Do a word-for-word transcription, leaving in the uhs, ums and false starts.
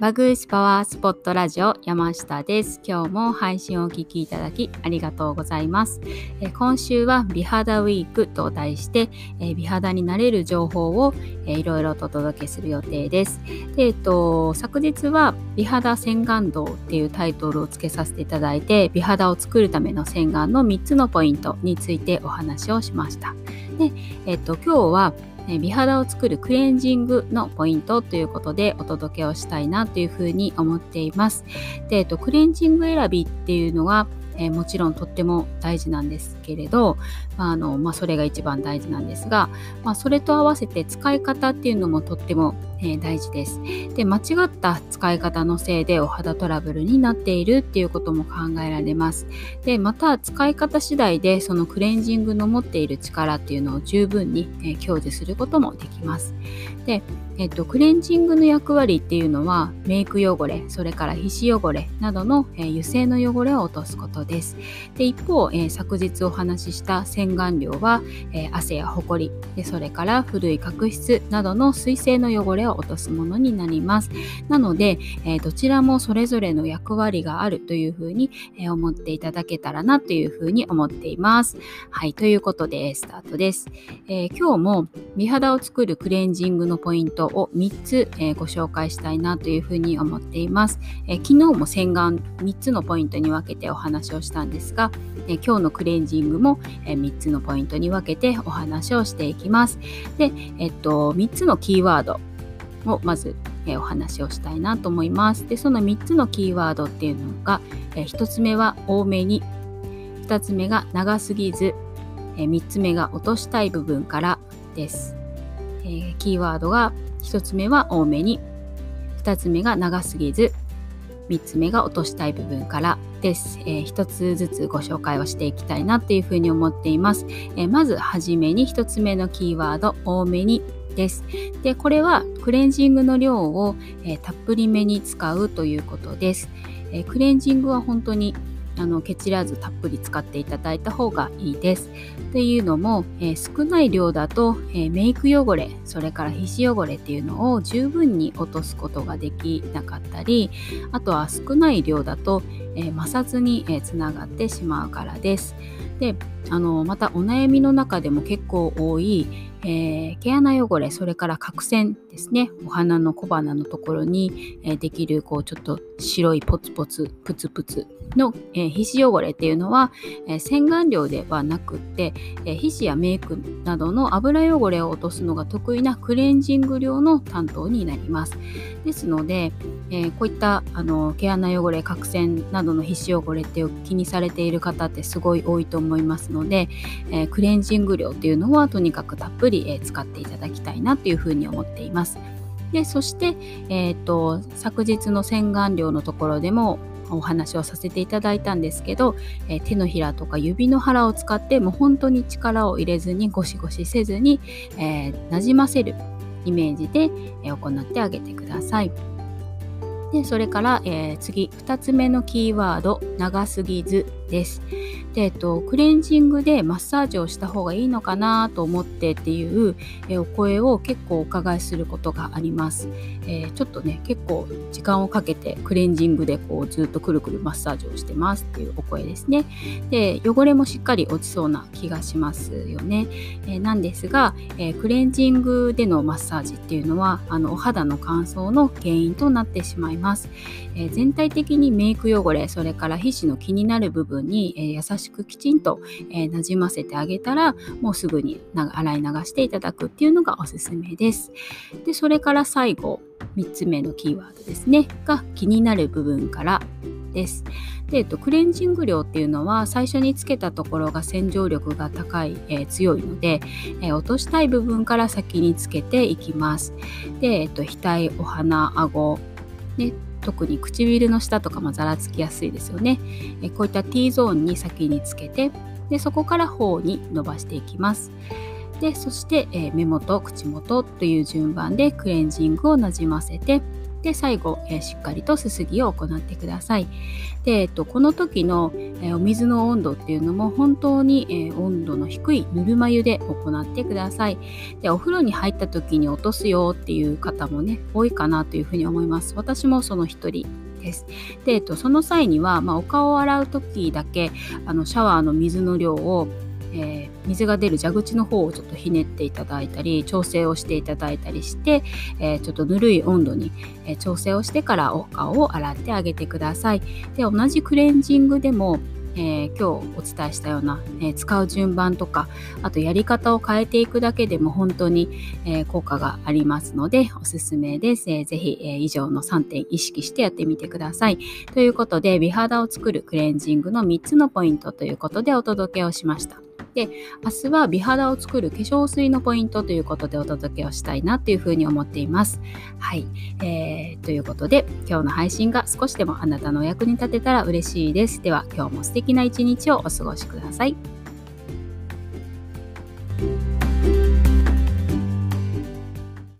バグースパワースポットラジオ山下です。今日も配信をお聞きいただきありがとうございます。えー、今週は美肌ウィークと題して、えー、美肌になれる情報を、えー、いろいろとお届けする予定です。で、えっと、昨日は美肌洗顔道っていうタイトルをつけさせていただいて、美肌を作るための洗顔のみっつのポイントについてお話をしました。で、えっと、今日は美肌を作るクレンジングのポイントということでお届けをしたいなというふうに思っています。で、えっと、クレンジング選びっていうのは、えー、もちろんとっても大事なんですけれど、あのまあ、それが一番大事なんですが、まあ、それと合わせて使い方っていうのもとっても、えー、大事です。で、間違った使い方のせいでお肌トラブルになっているっていうことも考えられます。で、また使い方次第でそのクレンジングの持っている力っていうのを十分に、えー、享受することもできます。で、えっと、クレンジングの役割っていうのはメイク汚れ、それから皮脂汚れなどの、えー、油性の汚れを落とすことです。で、一方、えー、昨日お話しした洗顔料は、えー、汗やホコリで、それから古い角質などの水性の汚れを落とすものになります。なので、えー、どちらもそれぞれの役割があるというふうに、えー、思っていただけたらなというふうに思っています。はい、ということでスタートです。えー、今日も美肌を作るクレンジングのポイントをみっつ、えー、ご紹介したいなというふうに思っています。えー、昨日も洗顔みっつのポイントに分けてお話をしたんですが、えー、今日のクレンジングも、えー、みっつのポイントに分けてお話をしていきます。で、えっと、みっつのキーワードをまず、えー、お話をしたいなと思います。で、そのみっつのキーワードっていうのが、えー、ひとつめは多めに、ふたつめが長すぎず、えー、みっつめが落としたい部分からです。えー、キーワードがひとつめは多めに、ふたつめが長すぎず、みっつめが落としたい部分からです。えー、ひとつずつご紹介をしていきたいなというふうに思っています。えー、まずはじめにひとつめのキーワード、多めにです。で、これはクレンジングの量を、えー、たっぷりめに使うということです。えー、クレンジングは本当にあのケチらずたっぷり使っていただいた方がいいです。っていうのも、えー、少ない量だと、えー、メイク汚れ、それから皮脂汚れっていうのを十分に落とすことができなかったり、あとは少ない量だと、えー、摩擦に、えー、つながってしまうからです。で、あのまたお悩みの中でも結構多い、えー、毛穴汚れ、それから角栓ですね、お花の小花のところに、えー、できるこうちょっと白いポツポツプツプツの、えー、皮脂汚れっていうのは、えー、洗顔料ではなくって、えー、皮脂やメイクなどの油汚れを落とすのが得意なクレンジング量の担当になります。ですので、えー、こういったあの毛穴汚れ、角栓などの皮脂汚れって気にされている方ってすごい多いと思いますので、えー、クレンジング量っていうのはとにかくたっぷり、えー、使っていただきたいなというふうに思っています。で、そして、えー、と昨日の洗顔料のところでもお話をさせていただいたんですけど、えー、手のひらとか指の腹を使ってもう本当に力を入れずにゴシゴシせずに、えー、なじませるイメージで、えー、行ってあげてください。で、それから、えー、次ふたつめのキーワード、長すぎずです。で、えっと、クレンジングでマッサージをした方がいいのかなと思ってっていう、えー、お声を結構お伺いすることがあります。えー、ちょっとね、結構時間をかけてクレンジングでこうずっとくるくるマッサージをしてますっていうお声ですね。で、汚れもしっかり落ちそうな気がしますよね。えー、なんですが、えー、クレンジングでのマッサージっていうのはあのお肌の乾燥の原因となってしまいます。えー、全体的にメイク汚れ、それから皮脂の気になる部分に、えー、優しくきちんと、えー、なじませてあげたら、もうすぐに洗い流していただくっていうのがおすすめです。で、それから最後みっつめのキーワードですねが、気になる部分からです。で、えっと、クレンジング量っていうのは最初につけたところが洗浄力が高い、えー、強いので、えー、落としたい部分から先につけていきます。で、えっと、額、お鼻、顎、ね、特に唇の下とかもざらつきやすいですよね。えこういった T ゾーンに先につけて、でそこから頬に伸ばしていきます。で、そして、え目元、口元という順番でクレンジングをなじませて、 で最後、えー、しっかりとすすぎを行ってください。で、えっと、この時の、えー、お水の温度っていうのも本当に、えー、温度の低いぬるま湯で行ってください。で、お風呂に入った時に落とすよっていう方もね多いかなというふうに思います。私もその一人です。で、えっと、その際には、まあ、お顔を洗う時だけあのシャワーの水の量をえー、水が出る蛇口の方をちょっとひねっていただいたり調整をしていただいたりして、えー、ちょっとぬるい温度に、えー、調整をしてからお顔を洗ってあげてください。で、同じクレンジングでも、えー、今日お伝えしたような、えー、使う順番とかあとやり方を変えていくだけでも本当に、えー、効果がありますのでおすすめです。えー、ぜひ、えー、以上のさんてん意識してやってみてください。ということで美肌を作るクレンジングのみっつのポイントということでお届けをしました。で、明日は美肌を作る化粧水のポイントということでお届けをしたいなというふうに思っています。はい、えー、ということで今日の配信が少しでもあなたのお役に立てたら嬉しいです。では今日も素敵な一日をお過ごしください。